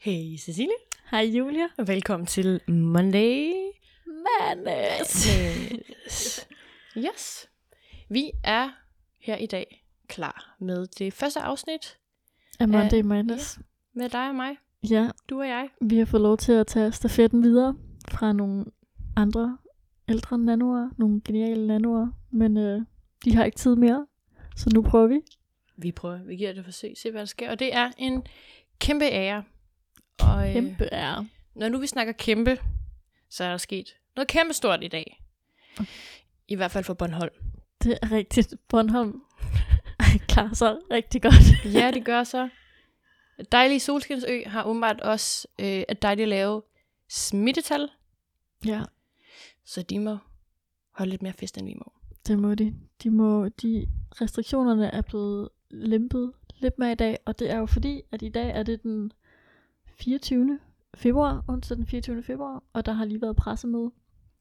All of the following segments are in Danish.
Hey Cecilie. Hej Julia. Og velkommen til Monday Madness. Yes. Vi er her i dag klar med det første afsnit af Monday Madness. Med dig og mig. Ja. Du og jeg. Vi har fået lov til at tage stafetten videre fra nogle andre ældre nanoer. Nogle geniale nanoer. Men de har ikke tid mere. Så nu prøver vi. Vi giver det et forsøg. Se hvad der sker. Og det er en kæmpe ære. Og, Kæmpe ære. Når nu vi snakker kæmpe, så er der sket noget kæmpe stort i dag. I hvert fald for Bornholm. Det er rigtigt. Bornholm klarer sig rigtig godt. Ja, det gør så. Dejlige Solskinsø har åbenbart også et dejligt lave smittetal. Ja. Så de må holde lidt mere fest, end vi må. Det må de. De restriktionerne er blevet lempet lidt mere i dag. Og det er jo fordi, at i dag er det den 24. februar, onsdag den 24. februar, og der har lige været pressemøde.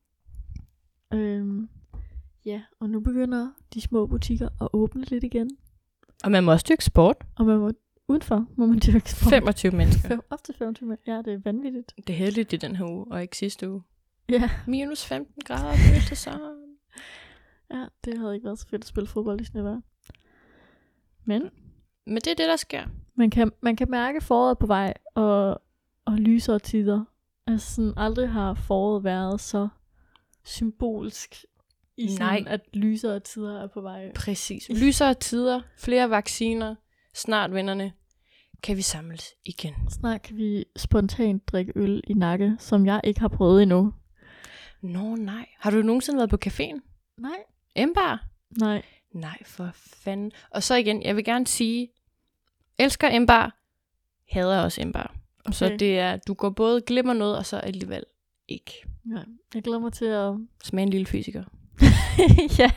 Ja, og nu begynder de små butikker at åbne lidt igen. Og man må også dyrke sport. Og man må udenfor, må man dyrke sport. 25 mennesker. Op til 25 mennesker. Ja, det er vanvittigt. Det er heldigt i den her uge, og ikke sidste uge. Ja. Minus 15 grader på eftersåren. Ja, det havde ikke været så fedt at spille fodbold i snevejr. Men det er det, der sker. Man kan mærke foråret på vej, og lysere tider. Altså sådan, aldrig har foråret været så symbolsk i sådan, at lysere tider er på vej. Præcis. Lysere tider, flere vacciner, snart vennerne, kan vi samles igen. Snart kan vi spontant drikke øl i nakke, som jeg ikke har prøvet endnu. Nej. Har du nogensinde været på caféen? Nej. M-bar? Nej. Nej, for fanden. Og så igen, jeg vil gerne sige, elsker M-bar, hader også M-bar. Okay. Så det er, du går både glemmer noget, og så alligevel ikke. Ja, jeg glæder mig til at smage en lille fysiker. Ja.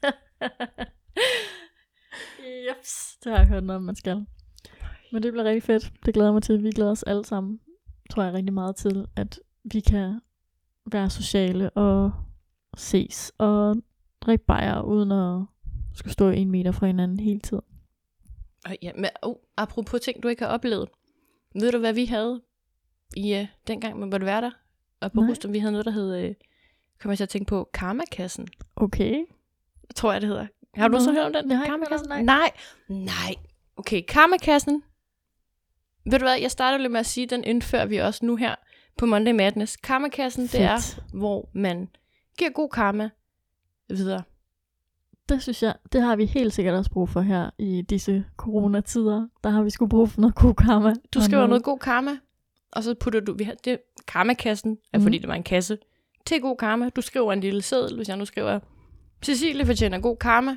Jeps, det har jeg hørt noget om, man skal. Men det bliver rigtig fedt. Det glæder mig til. Vi glæder os alle sammen, tror jeg, rigtig meget til, at vi kan være sociale og ses og drikke bajer, uden at skulle stå 1 meter fra hinanden hele tiden. Ja, men apropos ting, du ikke har oplevet. Ved du, hvad vi havde i dengang, man måtte være der? Og på Rustum, vi havde noget, der hed, kommer jeg til at tænke på, Karmakassen. Okay. Tror jeg, det hedder. Har du så hørt om den? Karmakassen? Nej. Okay, Karmakassen. Ved du hvad, jeg starter lidt med at sige, den indfører vi også nu her på Monday Madness. Karmakassen, det er, hvor man giver god karma videre. Det synes jeg, det har vi helt sikkert også brug for her i disse coronatider. Der har vi sgu brug for noget god karma. Du skriver noget god karma, og så putter du, det karmakassen, er fordi det var en kasse, til god karma. Du skriver en lille seddel, hvis jeg nu skriver, Cecilie fortjener god karma.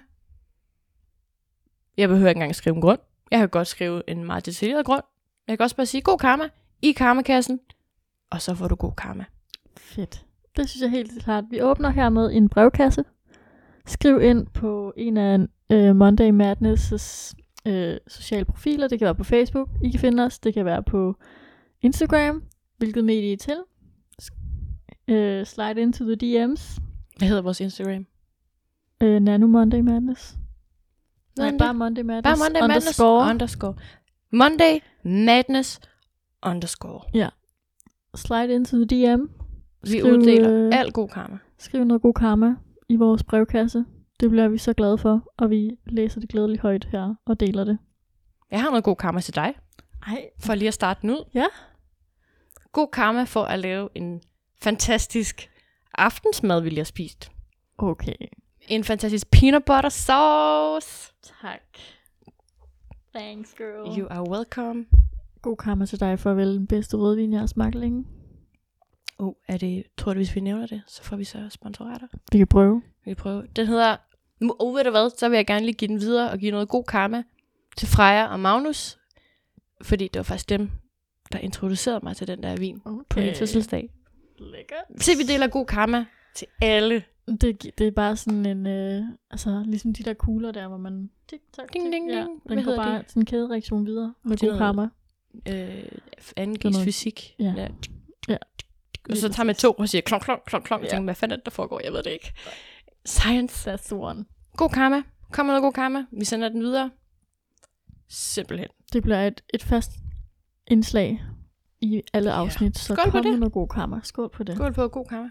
Jeg behøver ikke engang skrive en grund. Jeg kan godt skrive en meget detaljeret grund. Jeg kan også bare sige, god karma i karmakassen, og så får du god karma. Fedt. Det synes jeg helt klart. Vi åbner hermed en brevkasse. Skriv ind på en af Monday Madness' sociale profiler. Det kan være på Facebook, I kan finde os. Det kan være på Instagram, hvilket medie I er til. Slide into the DM's. Hvad hedder vores Instagram? Nano Monday Madness. Nej, bare Monday Madness. Bare Monday Madness underscore. Monday Madness underscore. Ja. Slide into the DM. Vi uddeler al god karma. Skriv noget god karma i vores brevkasse. Det bliver vi så glade for, og vi læser det glædeligt højt her og deler det. Jeg har noget god karma til dig. Ej. For lige at starte den ud. Ja. God karma for at lave en fantastisk aftensmad, vi lige har spist. Okay. En fantastisk peanut butter sauce. Tak. Thanks, girl. You are welcome. God karma til dig for at vælge den bedste rødvin, jeg har smagt længe. Tror du, hvis vi nævner det, så får vi så sponsorater? Vi kan prøve. Den hedder, ved du hvad, så vil jeg gerne lige give den videre og give noget god karma til Freja og Magnus. Fordi det var faktisk dem, der introducerede mig til den der vin på min fødselsdag. Lækkert. Se, vi deler god karma til alle. Det er bare sådan en, ligesom de der kugler der, hvor man ding, ding, ja, ding. den går bare sådan en kædereaktion videre med god karma. Angives fysik. Ja. Og så tager man 2 og siger klonk, klonk, klonk, klonk. Jeg tænker, hvad fanden er det, der foregår? Jeg ved det ikke. Science. That's the one. God karma. Kom med noget god karma. Vi sender den videre. Simpelthen. Det bliver et fast indslag i alle afsnit, så Skål på kom det. med noget god karma. Skål på det. Skål på god karma.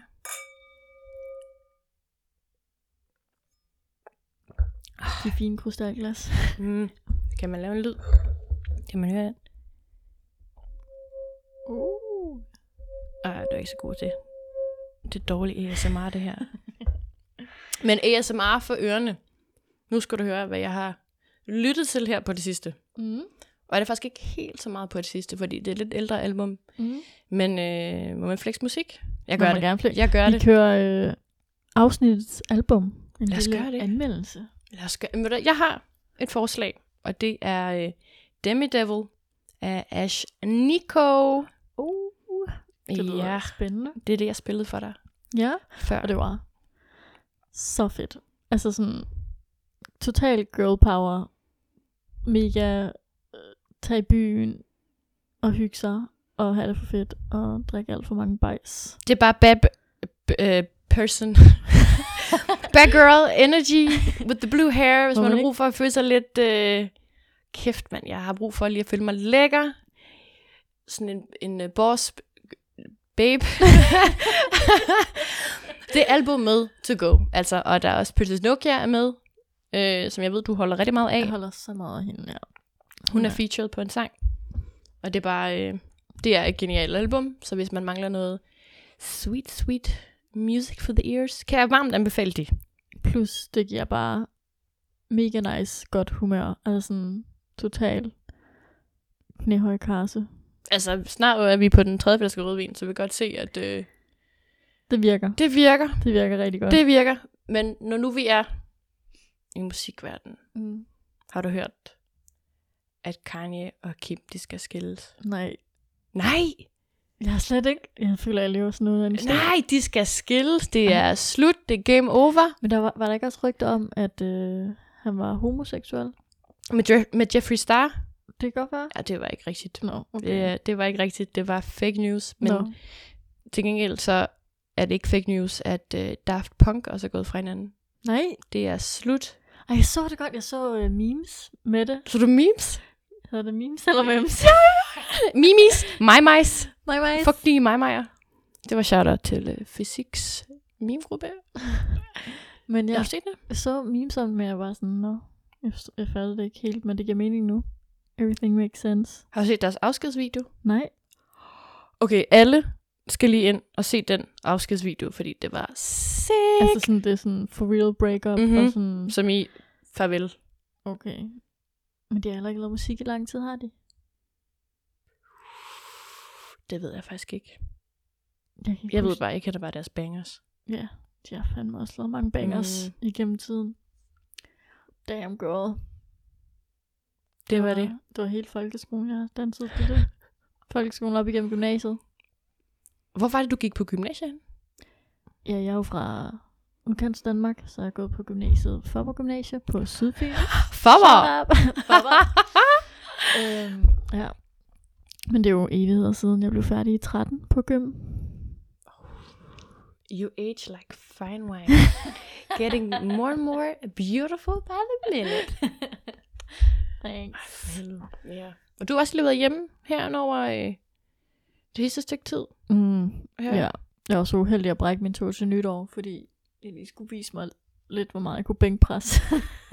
De fine krystalglas. Kan man lave en lyd? Kan man høre den? Det er ikke så god til. Det er dårligt ASMR, det her. Men ASMR for ørerne. Nu skal du høre, hvad jeg har lyttet til her på det sidste. Og det er faktisk ikke helt så meget på det sidste, fordi det er et lidt ældre album. Men må man flex musik? Jeg gør det. Jeg gør det. Vi kører afsnittets album. En Lad os lille gøre det. anmeldelse. Jeg har et forslag, og det er Demi-Devil af Ash Nico. Det lyder spændende. Det er det, jeg spillede for dig Ja, før. og det var så fedt. Altså sådan, total girl power. Mega tage i byen og hygge sig og have det for fedt og drikke alt for mange bajs. Det er bare person. Bad girl energy with the blue hair, hvis man har brug for at føle sig lidt... kæft, mand. Jeg har brug for lige at føle mig lækker. Sådan en boss babe. Det er albumet to go. Altså, og der er også Princess Nokia er med, som jeg ved, du holder rigtig meget af. Jeg holder så meget af hende, ja. Hun er featured på en sang. Og det er bare... det er et genialt album, så hvis man mangler noget sweet music for the ears, kan jeg varmt anbefale det. Plus, det giver bare mega nice, godt humør. Altså sådan total knæhøj karse. Altså, snart er vi på den 3. flaske rødvin, så vi kan godt se, at... det virker. Det virker. Det virker rigtig godt. Det virker. Men når nu vi er i musikverdenen, har du hørt, at Kanye og Kim, de skal skilles? Nej. Nej! Jeg har slet ikke... Jeg føler, jeg lever sådan noget af en sted. Nej, de skal skilles. Det er slut. Det er game over. Men der var der ikke også rygter om, at han var homoseksuel? Med Jeffree Star? Det kan godt være. Ja, det var ikke rigtigt. No, okay. Det var ikke rigtigt. Det var fake news. Men til gengæld så er det ikke fake news, at Daft Punk også er gået fra hinanden. Nej. Det er slut. Ej, jeg så det godt. Jeg så memes med det. Så du memes? Hedder det memes eller memes? Mimis. Mimais. Mimais. Fuck de mimaier. Det var shout-out til Physics meme-gruppe. Men jeg har set det. Jeg så memes om, men jeg var sådan, jeg fattede det ikke helt, men det giver mening nu. Everything makes sense. Har du set deres afskedsvideo? Nej. Okay, alle skal lige ind og se den afskedsvideo, fordi det var sick. Altså sådan, det er sådan for real breakup. Og sådan... Som i farvel. Okay. Men de har heller ikke lavet musik i lang tid, har de? Det ved jeg faktisk ikke. Jeg ved bare ikke, at det var deres bangers. Ja, de har fandme også lavet mange bangers igennem tiden. Damn girl. Det var det. Det var hele folkeskolen, jeg dansede til det. Folkeskolen op igennem gymnasiet. Hvor var det, du gik på gymnasiet? Ja, jeg er jo fra udkants Danmark, så jeg er gået på gymnasiet Fåborg Gymnasie på Sydfyn. Fåborg! Ja. Men det er jo evigheder siden, jeg blev færdig i 13 på gym. You age like fine wine. Getting more and more beautiful by the minute. Thanks. Ja. Og du har også levet hjemme her over det sidste stykke tid. Ja. Jeg var så uheldig at brække min tog til nytår, fordi jeg lige skulle vise mig lidt, hvor meget jeg kunne bænkpresse.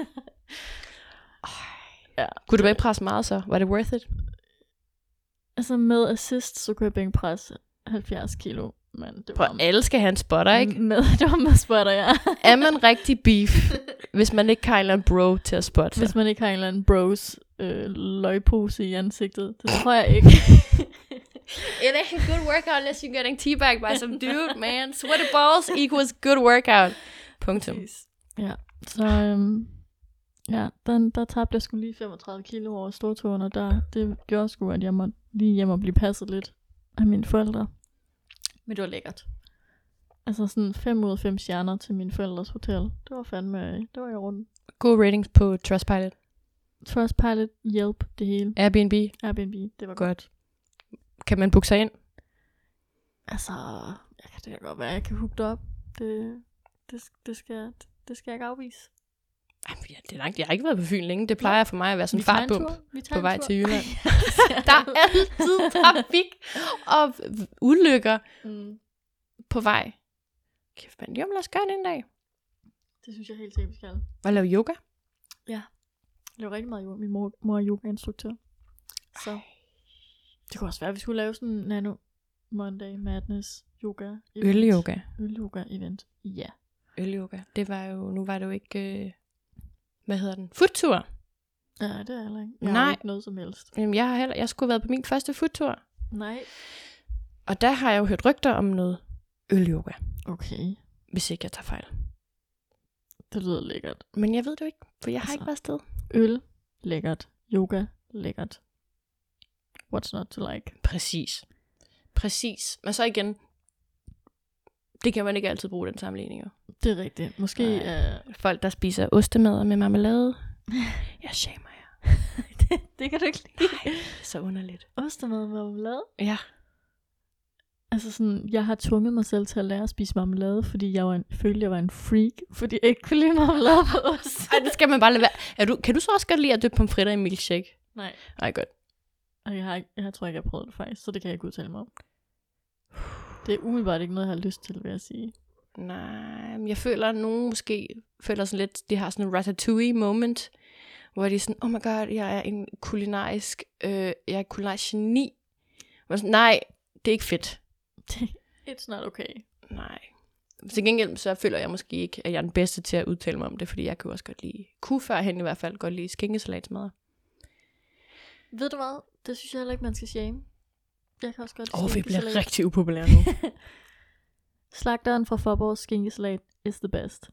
Ja. Kunne du bænkpresse meget så? Var det worth it? Altså med assist, så kunne jeg bænkpresse 70 kilo. Men det var alle skal have en spotter, ikke? Det var med spotter, ja. Er man rigtig beef, hvis man ikke har en eller anden bro til at spotte sig? Hvis man ikke har en eller anden bros løgpose i ansigtet. Det tror jeg ikke. It ain't a good workout unless you're getting teabagged by some dude, man. Sweaty balls equals good workout. Punktum. Ja, så ja, der tabte jeg sgu lige 35 kilo over stortåen, og det gjorde sgu, at jeg måtte lige hjem og blive passet lidt af mine forældre. Men det var lækkert. Altså sådan 5 ud af 5 stjerner til mine forældres hotel. Det var fandme, det var i orden. Gode ratings på Trustpilot. Trustpilot, Yelp, det hele. Airbnb, det var godt. Kan man booke sig ind? Altså, det kan godt være, jeg kan hooke det op. Det skal jeg ikke afvise. Det er langt. Jeg har ikke været på Fyn længe. Det plejer for mig at være sådan en fartbump på vej til Jylland. Der er altid trafik og ulykker på vej. Kæft, mand. Jo, lad os gøre det en dag. Det synes jeg helt sikkert, vi skal. Og lave yoga. Ja. Jeg laver rigtig meget yoga. Min mor er yoga-instruktør. Så det kunne også være, at vi skulle lave sådan en Nano Monday Madness yoga. Øl-yoga event. Ja. Øl-yoga. Nu var det jo ikke... hvad hedder den? Foodtur. Ja, det er heller ikke. Jeg har ikke noget som helst. Jamen, jeg skulle have været på min første foodtur. Nej. Og der har jeg jo hørt rygter om noget øl-yoga. Okay. Hvis ikke jeg tager fejl. Det lyder lækkert. Men jeg ved det jo ikke, for jeg har ikke været afsted. Øl, lækkert. Yoga, lækkert. What's not to like? Præcis. Men så igen, det kan man ikke altid bruge, den sammenligning. Jo. Det er rigtigt. Måske folk, der spiser ostemad med marmelade. Jeg shamer jer. det kan du ikke lide. Nej, så underligt. Ostemad med marmelade? Ja. Altså sådan, jeg har tvunget mig selv til at lære at spise marmelade, fordi jeg følte, jeg var en freak, fordi jeg ikke kunne lide marmelade på ost. Ej, det skal man bare lade være. Kan du så også godt lide at dyppe pomfritter i milkshake? Nej. Nej, godt. Og jeg tror ikke, jeg har prøvet det faktisk, så det kan jeg ikke udtale mig om. Det er umiddelbart ikke noget, jeg har lyst til, vil jeg sige. Nej, men jeg føler, at nogen måske føler sådan lidt, de har sådan en ratatouille moment, hvor de er sådan, oh my god, jeg er en kulinarisk geni. Sådan, nej, det er ikke fedt. It's not okay. Nej. Til gengæld så føler jeg måske ikke, at jeg er den bedste til at udtale mig om det, fordi jeg kan også godt lide, førhen i hvert fald, godt lide skinkesalatsmadder. Ved du hvad? Det synes jeg heller ikke, man skal shame. Jeg kan også godt vi bliver rigtig upopulære nu. Slagteren fra Fåborgs skinkesalat is the best.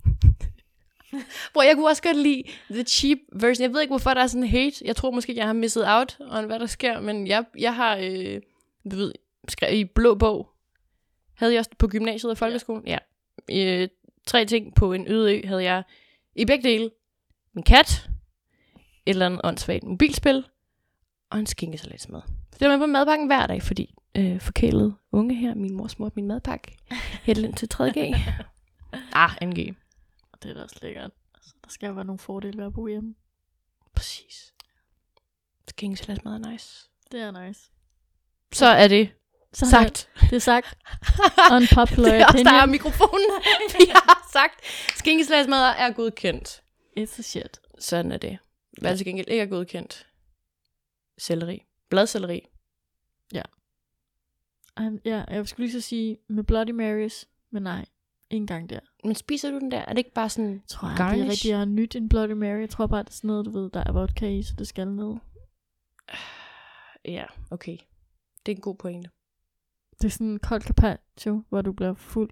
Hvor jeg kunne også godt lide the cheap version. Jeg ved ikke, hvorfor der er sådan en hate. Jeg tror måske, jeg har misset out on, hvad der sker. Men jeg har skrevet i blå bog. Havde jeg også på gymnasiet og folkeskolen? Ja. 3 ting på en øde ø havde jeg i begge dele. En kat, et eller andet åndssvagt mobilspil, og en skinkesalatsmad. Det var med på madpakken hver dag, fordi forkælede unge her, min mor smurte min madpakke, helt ind til 3G. NG. Det er da også lækkert. Altså, der skal jo være nogle fordele ved at bo hjemme. Præcis. Skinkesalatsmad er nice. Det er nice. Så er det sagt. Det er sagt. Unpopular det er også, opinion. der er mikrofonen. Vi har sagt, skinkesalatsmad er godkendt. It's a shit. Sådan er det. Hvad til gengæld ikke er godkendt? Selleri. Bladselleri. Ja. Jeg skulle lige så sige med Bloody Marys, men nej, ikke gang der. Men spiser du den der? Er det ikke bare sådan tror jeg, garnish? Det er rigtig, jeg har nyt en Bloody Mary. Jeg tror bare, det er sådan noget, du ved, der er vodka i, så det skal ned. Ja, okay. Det er en god pointe. Det er sådan en kold carpaccio, hvor du bliver fuld.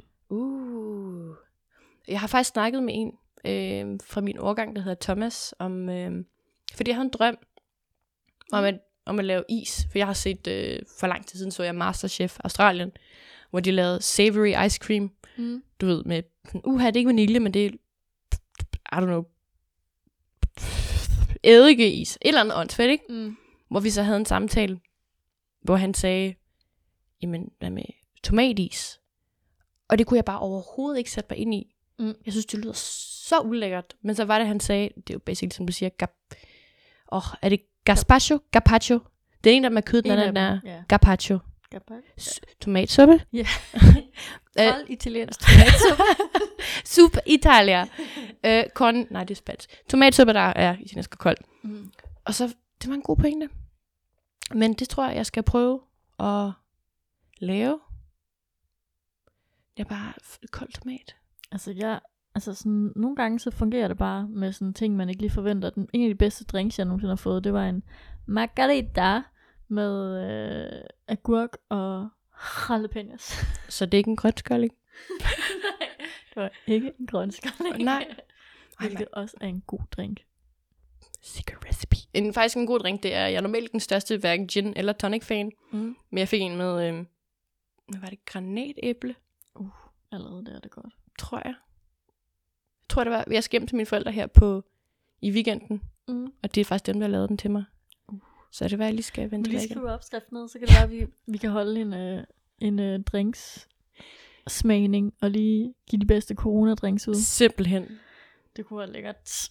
Jeg har faktisk snakket med en fra min årgang, der hedder Thomas, om, fordi jeg havde en drøm om at lave is. For jeg har set, for lang tid siden så jeg Masterchef Australien, hvor de lavede savory ice cream. Du ved, med, det er ikke vanilje, men det er, I don't know, eddikeis. Et eller andet åndsfærdigt, ikke? Hvor vi så havde en samtale, hvor han sagde, jamen, hvad med tomatis? Og det kunne jeg bare overhovedet ikke sætte mig ind i. Jeg synes, det lyder så ulækkert. Men så var det, han sagde, det er jo basically, som du siger, er det gazpacho? Gazpacho. Det er en, der med kød, den anden der. Gazpacho. Tomatsuppe? Ja. Kold italiensk tomatsuppe. Super Italia. Nej, det er spansk. Tomatsuppe, der er italiensk og kold. Og så, det var en god pointe. Men det tror jeg skal prøve at lave. Det er bare kold tomat. Altså sådan, nogle gange så fungerer det bare med sådan ting, man ikke lige forventer. En af de bedste drinks, jeg nogensinde har fået, det var en margarita med agurk og jalapenos. Så det er ikke en grønskåling? Nej, det var ikke en grønskåling. Nej. Hvilket også er en god drink. Secret recipe. Faktisk en god drink, det er, jeg er normalt den største hverken gin eller tonic fan. Men jeg fik en med, hvad var det, granatæble? Allerede der er det godt. Tror jeg. Jeg tror, det var, jeg skal hjem til mine forældre her i weekenden. Og det er faktisk dem, der lavede den til mig. Så det var, jeg lige skal vente tilbage. Vi lige skrive opskriften ned, så kan det være, at vi kan holde en drinks smagning og lige give de bedste corona-drinks ud. Simpelthen. Det kunne være lækkert.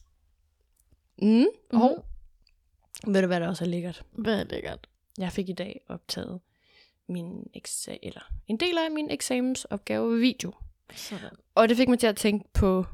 Og ved du, hvad der også er lækkert? Hvad er lækkert? Jeg fik i dag optaget en del af min eksamensopgave video. Sådan. Og det fik mig til at tænke på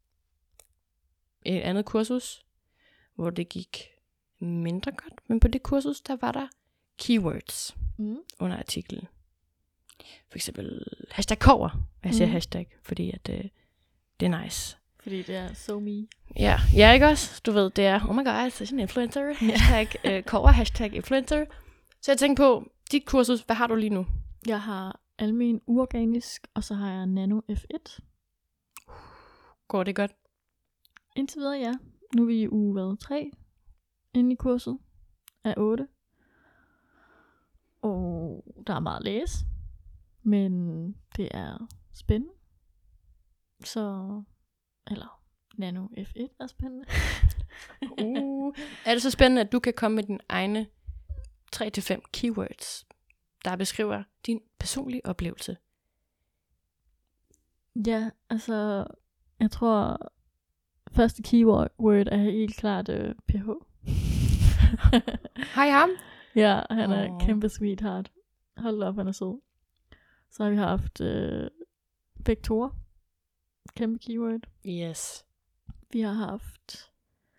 et andet kursus, hvor det gik mindre godt. Men på det kursus, der var der keywords under artiklen. For eksempel hashtag kover. Jeg siger hashtag, fordi at, det er nice. Fordi det er so me. Ja, ikke også? Du ved, det er, oh my god, such an influencer. Hashtag kover, hashtag influencer. Så jeg tænkte på, dit kursus, hvad har du lige nu? Jeg har almen uorganisk, og så har jeg nano F1. Går det godt? Indtil videre, ja. Nu er vi i uge 3 inde i kurset af 8. Og der er meget at læse, men det er spændende. Eller nano F1 er spændende. Er det så spændende, at du kan komme med dine egne 3-5 keywords, der beskriver din personlige oplevelse? Ja, altså, jeg tror, første keyword er helt klart PH. Hej ham. Ja, han er kæmpe sweetheart. Hold op, han er sød. Så har vi haft vektorer. Kæmpe keyword. Yes. Vi har haft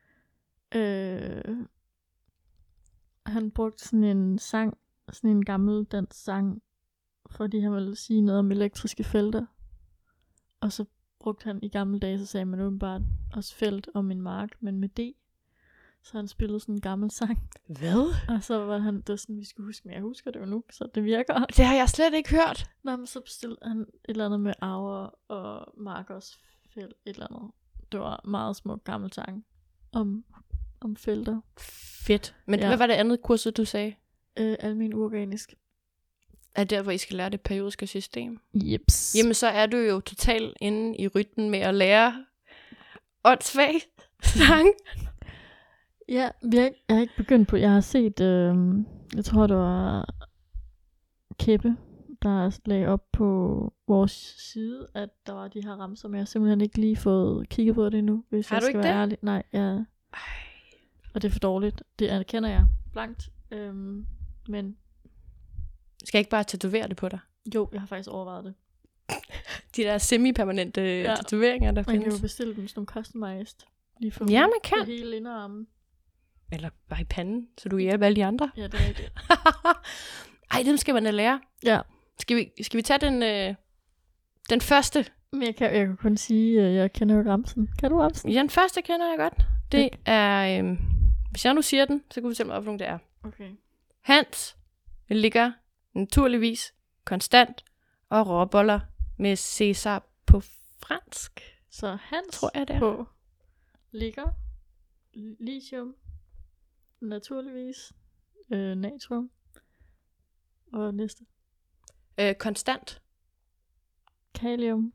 han brugte sådan en sang, sådan en gammel dansk sang, fordi han ville sige noget om elektriske felter. Og så brugte han i gamle dage, så sagde man åbenbart også felt om en mark, men med D. Så han spillede sådan en gammel sang. Hvad? Og så var han, det var sådan, vi skulle huske, men jeg husker det jo nu, så det virker. Det har jeg slet ikke hørt. Nå, men så bestilte han et eller andet med arver og markers felt, et eller andet. Det var meget smuk gammel sang om felter. Fedt. Men hvad var det andet kursus, du sagde? Almen uorganisk. Er det der, hvor I skal lære det periodiske system? Jeps. Jamen, så er du jo totalt inde i rytmen med at lære åndssvag sang. Ja, jeg har ikke begyndt på. Jeg har set, jeg tror det var Kæppe, der lagde op på vores side, at der var de her ramser, men jeg har simpelthen ikke lige fået kigget på det endnu, hvis har jeg du skal ikke være det? ærlig. Nej, ja. Og det er for dårligt. Det erkender jeg blankt. Men Skal jeg ikke bare tatovere det på dig? jo, jeg har faktisk overvejet det. De der semi-permanente tatoveringer, der Man kan findes. jo bestille dem som customized. Lige for Ja, man kan. det hele inderarmen. Eller bare i panden, så du hjælper alle de andre. Ja, det er rigtigt. Ej, dem skal man da lære. Ja. Skal vi tage den første? Men jeg kan kun sige, at jeg kender jo ramsen. Kan du ramsen? Ja, den første kender jeg godt. Det er, hvis jeg nu siger den, så kan du fortælle mig, hvad det er. Okay. Hans ligger naturligvis konstant og råboller med Cæsar på fransk. Så Hans Tror jeg, det er. på ligger lithium, naturligvis, natrium, og næste. Konstant. Kalium.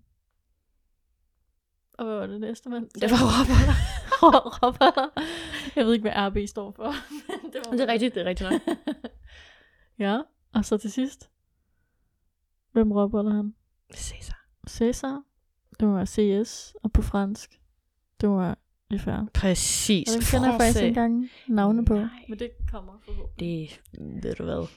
Og hvad var det næste, mand? Det var råboller. Råboller. Jeg ved ikke, hvad RB står for. Det er rigtigt nok. Ja, og så til sidst. Hvem råboller han? Cæsar. Cæsar. Det må være CS, og på fransk. Det må være FR. Præcis. Og den kender jeg faktisk ikke engang navne på. Nej. Men det kommer forhåbentlig. Det ved du hvad.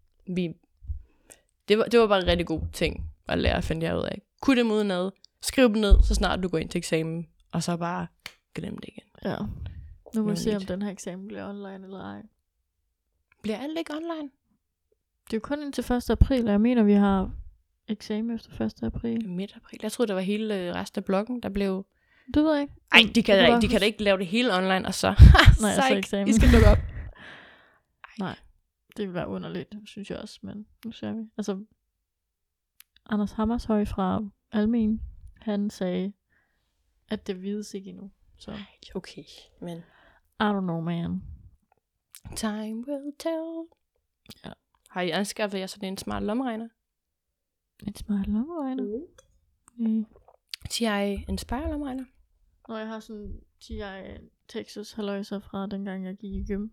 Det var bare en rigtig god ting at lære at finde jer ud af. Kunne det mod noget. Skriv dem ned, så snart du går ind til eksamen. Og så bare glem det igen. Ja. Nu må vi se, om Nemlig. den her eksamen bliver online eller ej. Bliver alt ikke online? Det er jo kun indtil 1. april, og jeg mener, vi har eksamen efter 1. april. Midt april. Jeg troede, der var hele resten af bloggen, der blev... Det ved jeg ikke. Ej, de kan da ikke lave det hele online, og så... Nej, så eksamen. I skal dukke op. Nej, det vil være underligt, synes jeg også, men nu ser vi. Altså, Anders Hammershøj fra Almen, han sagde, at det vides ikke endnu. Så, Okay, men... I don't know, man. Time will tell. Ja. Har I anskaffet jer sådan en smart lommeregner? Et smart lommeregner. Mm. TI Inspire lommeregner? Når jeg har sådan TI Texas halløjser fra dengang jeg gik i gym.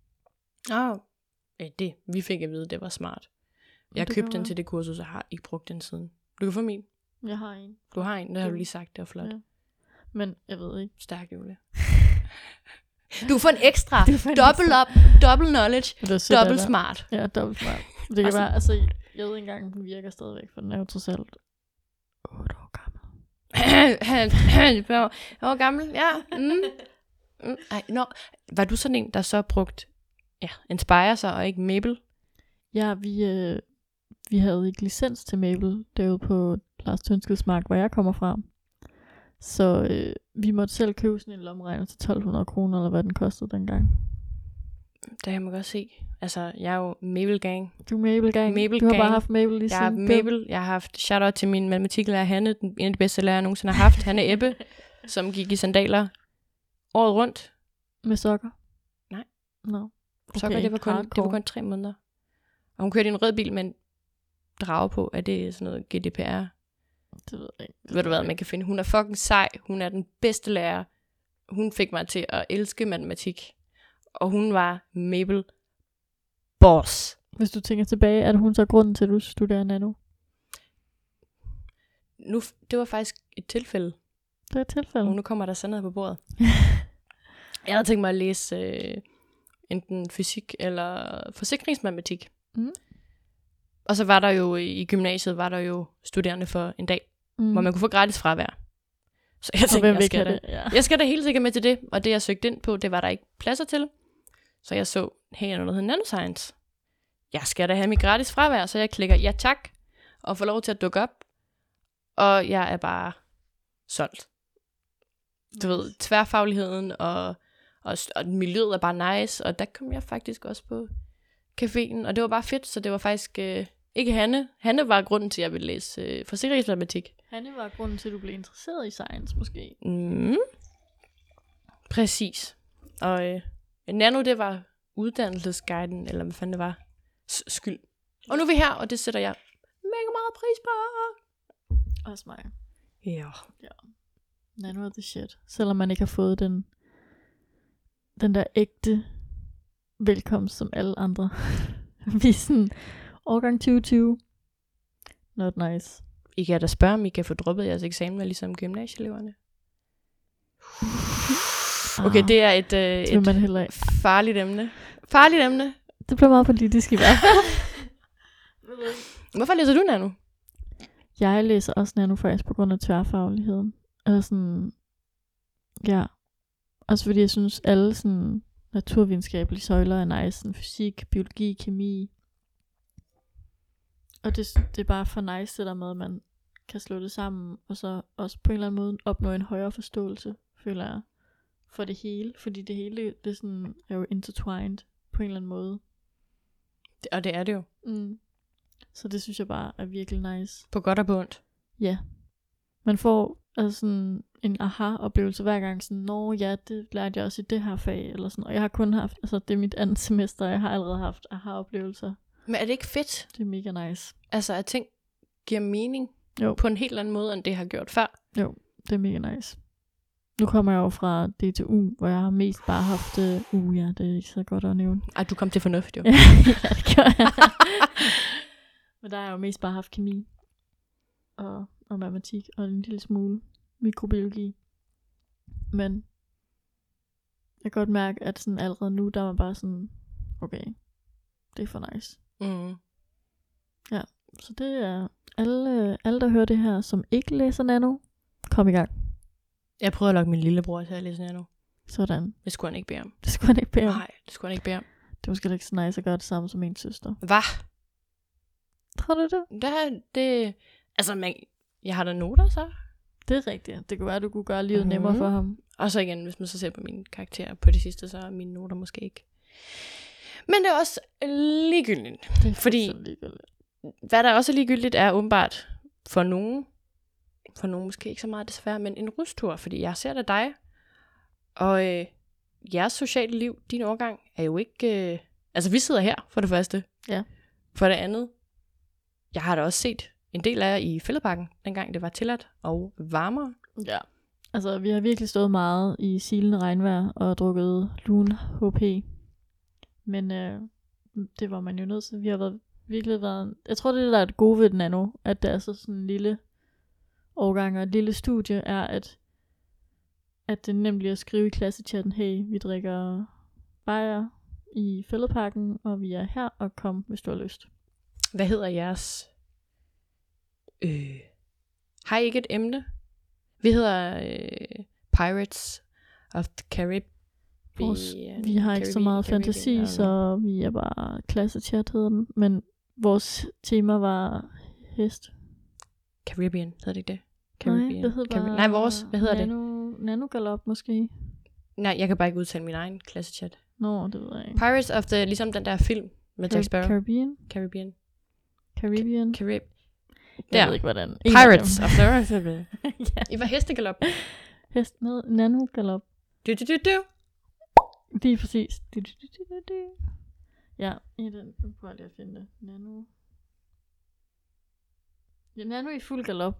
Det, vi fik at vide, det var smart. Jeg Det købte kan den være. til det kursus, og har ikke brugt den siden. Du kan få min. Jeg har en. Du har en, det har du lige sagt, det var flot. Ja. Men jeg ved ikke. Stærk, Julie. Du får en ekstra. Double knowledge. Double smart. Ja, dobbelt smart. Det kan være, altså, jeg ved ikke engang, den virker stadigvæk, for den er jo trods alt 8 år gammel. 8 år gammel, ja. Var du sådan en, der så brugt Inspire sig og ikke Mabel? Ja, vi havde ikke licens til Mabel derude på Lars Tønskeds Mark, hvor jeg kommer fra. Så vi måtte selv købe sådan en lommeregner til 1.200 kroner, eller hvad den kostede dengang. Det kan man godt se. Altså, jeg er jo Mabel-gang. Du er Mabel-gang. Du har bare haft Mabel lige siden. Jeg har haft shout-out til min matematiklærer Hanne, en af de bedste lærere, jeg nogensinde har haft. Hanne Ebbe, som gik i sandaler året rundt. Med sokker? Nej. No. Okay, sokker, det var kun 3 måneder. Og hun kørte i en rød bil med en drage på. Er det sådan noget GDPR? Det ved jeg ikke. Ved du hvad, man kan finde? Hun er fucking sej. Hun er den bedste lærer. Hun fik mig til at elske matematik. Og hun var Mabel boss. Hvis du tænker tilbage, er det hun så grunden til, at du studerer nano? Det var faktisk et tilfælde. Det er et tilfælde? Og nu kommer der sandhed på bordet. Jeg havde tænkt mig at læse enten fysik eller forsikringsmatematik. Mm. Og så var der jo i gymnasiet, var der jo studerende for en dag, hvor man kunne få gratis fravær. Så jeg tænkte, jeg skal da helt sikkert med til det. Og det jeg søgte ind på, det var der ikke pladser til. Så jeg så, hey, noget hedder nanoscience. Jeg skal da have mit gratis fravær, så jeg klikker ja tak, og får lov til at dukke op. Og jeg er bare solgt. Du ved, tværfagligheden og miljøet er bare nice. Og der kom jeg faktisk også på caféen, og det var bare fedt, så det var faktisk ikke Hanne. Hanne var grunden til, at jeg ville læse forsikringsmatematik. Hanne var grunden til, at du blev interesseret i science, måske. Præcis. Og nano, det var uddannelsesguiden, eller hvad fanden det var, skyld. Og nu er vi her, og det sætter jeg mega meget pris på. Også mig. Ja. Nano er the shit. Selvom man ikke har fået den der ægte velkomst som alle andre. Vi er sådan, årgang 2020. Not nice. I kan da spørge, om I kan få droppet jeres eksamener, ligesom gymnasieeleverne. Okay, det er et farligt emne. Farligt emne. Det bliver meget politisk i hvert fald. Hvorfor læser du nano? Jeg læser også nano faktisk på grund af tværfagligheden. Eller sådan, ja. Også fordi jeg synes, alle sådan naturvidenskabelige søjler er nice. Sådan fysik, biologi, kemi. Og det er bare for nice, det der med, at man kan slå det sammen. Og så også på en eller anden måde opnå en højere forståelse, føler jeg, for det hele. Fordi det hele, det sådan, er jo intertwined på en eller anden måde. Og det er det jo. Så det synes jeg bare er virkelig nice. På godt og på ondt. Ja. Man får altså sådan en aha-oplevelse hver gang. Sådan, nå ja, det lærte jeg også i det her fag. Eller sådan. Og jeg har kun haft, altså det er mit andet semester, og jeg har allerede haft aha-oplevelser. Men er det ikke fedt? Det er mega nice. Altså at ting giver mening på en helt anden måde, end det har gjort før. Jo, det er mega nice. Nu kommer jeg jo fra DTU, hvor jeg har mest bare haft... ja, det er ikke så godt at nævne. Ej, du kom til fornuft, jo. Ja, det gjorde jeg. Men der har jeg jo mest bare haft kemi. Og matematik. Og en lille smule mikrobiologi. Men jeg kan godt mærke, at sådan allerede nu, der er man bare sådan... Okay, det er for nice. Ja, så det er... Alle, der hører det her, som ikke læser nano, kom i gang. Jeg prøver at lokke min lillebror til at læse nano. Sådan. Det skulle han ikke bede om. Det skulle han ikke bede om. Nej, det skulle han ikke bede om. Det er måske ikke så nice at gøre det samme som min søster. Hvad? Tror du det? Det altså, jeg har da noter så. Det er rigtigt. Det kunne være, at du kunne gøre livet nemmere for ham. Og så igen, hvis man så ser på mine karakterer på det sidste, så er mine noter måske ikke. Men det er også ligegyldigt. Det er fordi, ligegyldigt. Hvad der også er ligegyldigt, er åbenbart for nogen måske ikke så meget desværre, men en rustur, fordi jeg ser da dig, og jeres sociale liv, din årgang, er jo ikke... altså, vi sidder her, for det første. Ja. For det andet, jeg har da også set en del af jer i Fælledparken, dengang det var tilladt og varmere. Ja. Altså, vi har virkelig stået meget i silende regnvejr og drukket lun HP. Men det var man jo nødt til. Vi har virkelig været... Jeg tror, det der er det gode ved den nano, at det er så sådan en lille årgang og et lille studie, er, at at det er nemt lige at skrive i klassechatten, hey, vi drikker bajer i Fælledparken, og vi er her, og kom, hvis du har lyst. Hvad hedder jeres... Har I ikke et emne? Vi hedder Pirates of the Caribbean. Vi har ikke så meget fantasi, så vi er bare klassechat hedder den. Men vores tema var hest. Caribbean, hedder det ikke det? Caribbean. Nej, det hedder bare... Nej, vores. Hvad hedder det? Nanogalop måske. Nej, jeg kan bare ikke udtale min egen klassechat. Nå, det ved jeg ikke. Pirates of the... Ligesom den der film med Jack Sparrow. Caribbean. Jeg ved ikke, hvordan. Pirates of the Caribbean. Ja. I var hestegalop. Nanogalop. Du. Lige præcis. Ja, i den. Nu prøver jeg lige at finde det. Nano i fuld galop.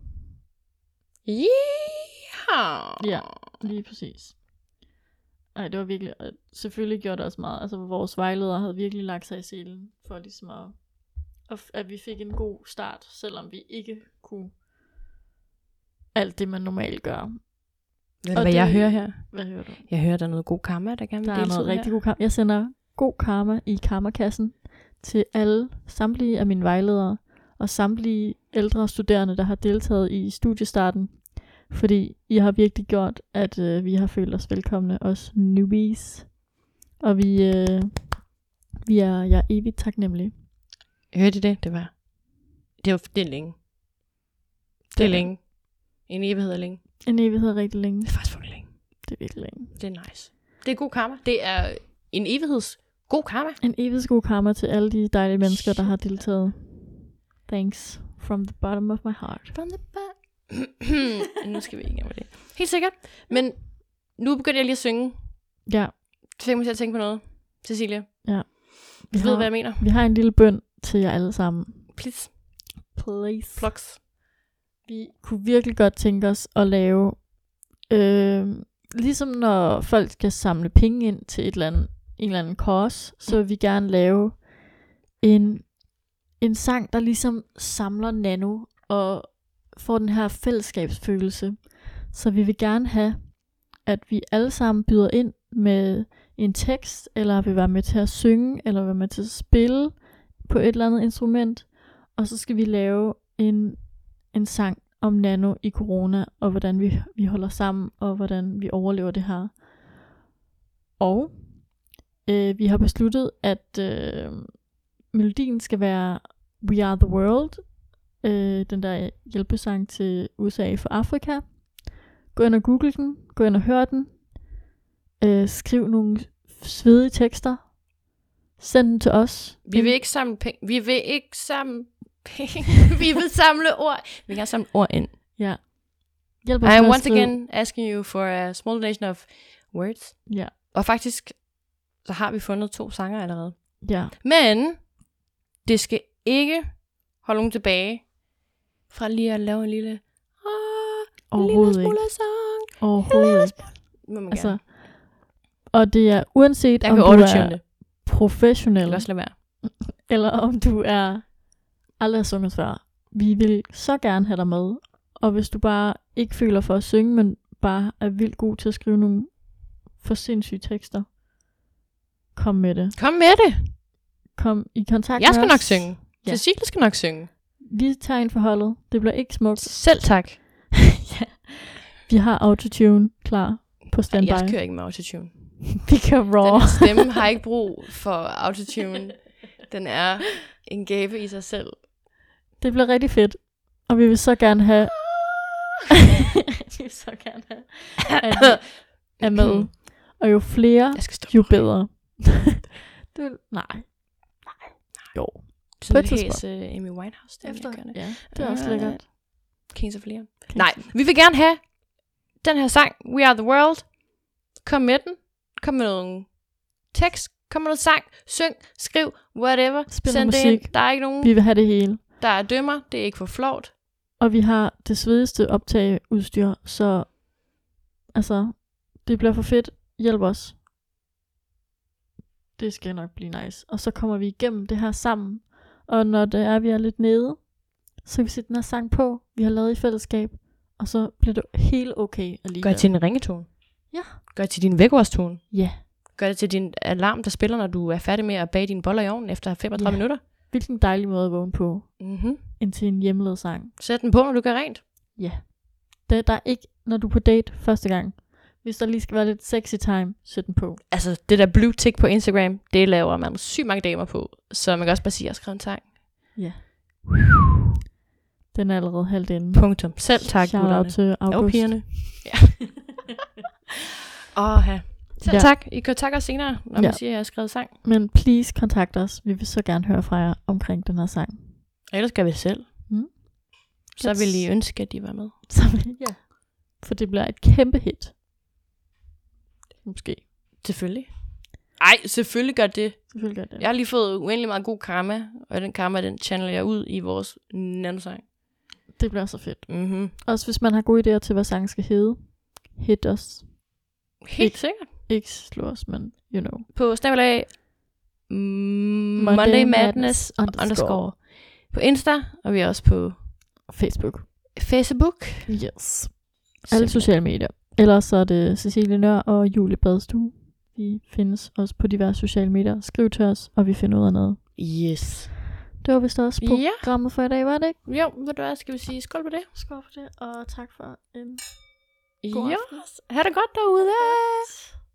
Ja, lige præcis. Ej, det var virkelig... Selvfølgelig gjorde det også meget. Altså, vores vejledere havde virkelig lagt sig i selen for ligesom at vi fik en god start, selvom vi ikke kunne alt det, man normalt gør. Ved du, hvad jeg hører her? Hvad hører du? Jeg hører, der er noget god karma, der gerne vil deltage. Der er noget rigtig god karma. Jeg sender god karma i karmakassen til samtlige af mine vejledere, og samtlige ældre studerende, der har deltaget i studiestarten. Fordi I har virkelig gjort, at vi har følt os velkomne, os newbies. Og jeg er evigt taknemmelig. Hørte I det? Det er længe. Det er længe. En evighed er længe. En evighed er rigtig længe. Det er faktisk for længe. Det er virkelig længe. Det er nice. Det er god karma. Det er en evigheds god karma. En evigheds god karma til alle de dejlige mennesker, der har deltaget. Thanks from the bottom of my heart. From the bottom. Nu skal vi ikke med det. Helt sikkert. Men nu begynder jeg lige at synge. Ja. Det fik mig til at tænke på noget. Cecilie. Ja. Du ved, hvad jeg mener. Vi har en lille bøn til jer alle sammen. Please. Flux. Vi kunne virkelig godt tænke os at lave, ligesom når folk skal samle penge ind til en eller anden cause, så vil vi gerne lave en sang, der ligesom samler Nano og får den her fællesskabsfølelse. Så vi vil gerne have, at vi alle sammen byder ind med en tekst, eller vil være med til at synge, eller være med til at spille på et eller andet instrument, og så skal vi lave en sang om Nano i corona, og hvordan vi holder sammen, og hvordan vi overlever det her. Og vi har besluttet, at melodien skal være We Are The World, den der hjælpesang til USA for Afrika. Gå ind og google den, gå ind og hør den, skriv nogle svedige tekster, send den til os. Vi vil ikke samle penge. Vi vil ikke samle penge. Vi vil samle ord. Vi vil gerne samle ord ind. Ja. Hjælp os I am med at once skrive. again asking you for a small donation of words. Ja. Og faktisk, så har vi fundet 2 sanger allerede. Ja. Men, det skal ikke holde nogen tilbage fra lige at lave en lille Overhovedet ikke. sang. Overhovedet ikke. Altså, og det er uanset om du er professionel, det kan også lade være. eller om du er aldrig har sunget før. Vi vil så gerne have dig med. Og hvis du bare ikke føler for at synge, men bare er vildt god til at skrive nogle for sindssyge tekster, kom med det. Kom med det. Kom i kontakt Jeg med skal os. nok synge. Ja. Cecilie skal nok synge. Vi tager ind for holdet. Det bliver ikke smukt. Selv tak. Ja. Vi har autotune klar på standby. Jeg kører ikke med autotune. Vi kører raw. Den her stemme har ikke brug for autotune. Den er en gave i sig selv. Det bliver rigtig fedt. Og vi vil så gerne have... vi vil så gerne have, at I er med. Og jo flere, jo bedre. Nej. Jo. Sådan en hæs Amy Winehouse. Ja, det er også lækkert. Kings of Leon. Nej, vi vil gerne have den her sang, We Are The World. Kom med den. Kom med nogle tekst. Kom med noget sang. Syng. Skriv. Whatever. Send det ind. Der er ikke nogen. Vi vil have det hele. Der er dømmer. Det er ikke for flovt. Og vi har det svedigste optageudstyr. Så altså, det bliver for fedt. Hjælp os. Det skal nok blive nice. Og så kommer vi igennem det her sammen. Og når det er, vi er lidt nede, så kan vi sætte den her sang på, vi har lavet i fællesskab. Og så bliver det helt okay alligevel. Gør til en ringetone. Ja. Gør det til din vækkeårstone. Ja. Gør det til din alarm, der spiller, når du er færdig med at bage dine boller i ovnen efter 35 minutter. Hvilken dejlig måde at vågne på. Mm-hmm. Indtil en hjemmelavet sang. Sæt den på, når du gør rent. Ja. Der er ikke, når du er på date første gang. Hvis der lige skal være lidt sexy time, sæt den på. Altså, det der blue tick på Instagram, det laver man sygt mange damer på. Så man kan også bare sige, at jeg har skrevet en sang. Ja. Den er allerede halvt inde. Punktum. Selv tak, Shout out til August. Og pigerne. Ja. Selv tak. I kan takke os senere, når man siger, at jeg har skrevet sang. Men please kontakt os. Vi vil så gerne høre fra jer omkring den her sang. Ellers gør vi det selv. Så vil I ønske, at de var med. Ja. For det bliver et kæmpe hit. Måske. Selvfølgelig. Ej, selvfølgelig gør det. Selvfølgelig gør det. Jeg har lige fået uendelig meget god karma, og den karma, den channeler jeg ud i vores nanosang. Det bliver så fedt. Mm-hmm. Også hvis man har gode idéer til, hvad sangen skal hedde. Hit os. Helt sikkert. Ikke slå os, men you know. På snabelag Monday Madness _ på Insta, og vi er også på Facebook. Yes. Alle sociale medier. Ellers så er det Cecilie Nør og Julie Badstue. Vi findes også på diverse sociale medier. Skriv til os, og vi finder ud af noget. Yes. Det var vist også programmet for i dag, var det ikke? Jo, ved du hvad, skal vi sige skål på det? Skål på det, og tak for en god aften. Ha' det godt derude.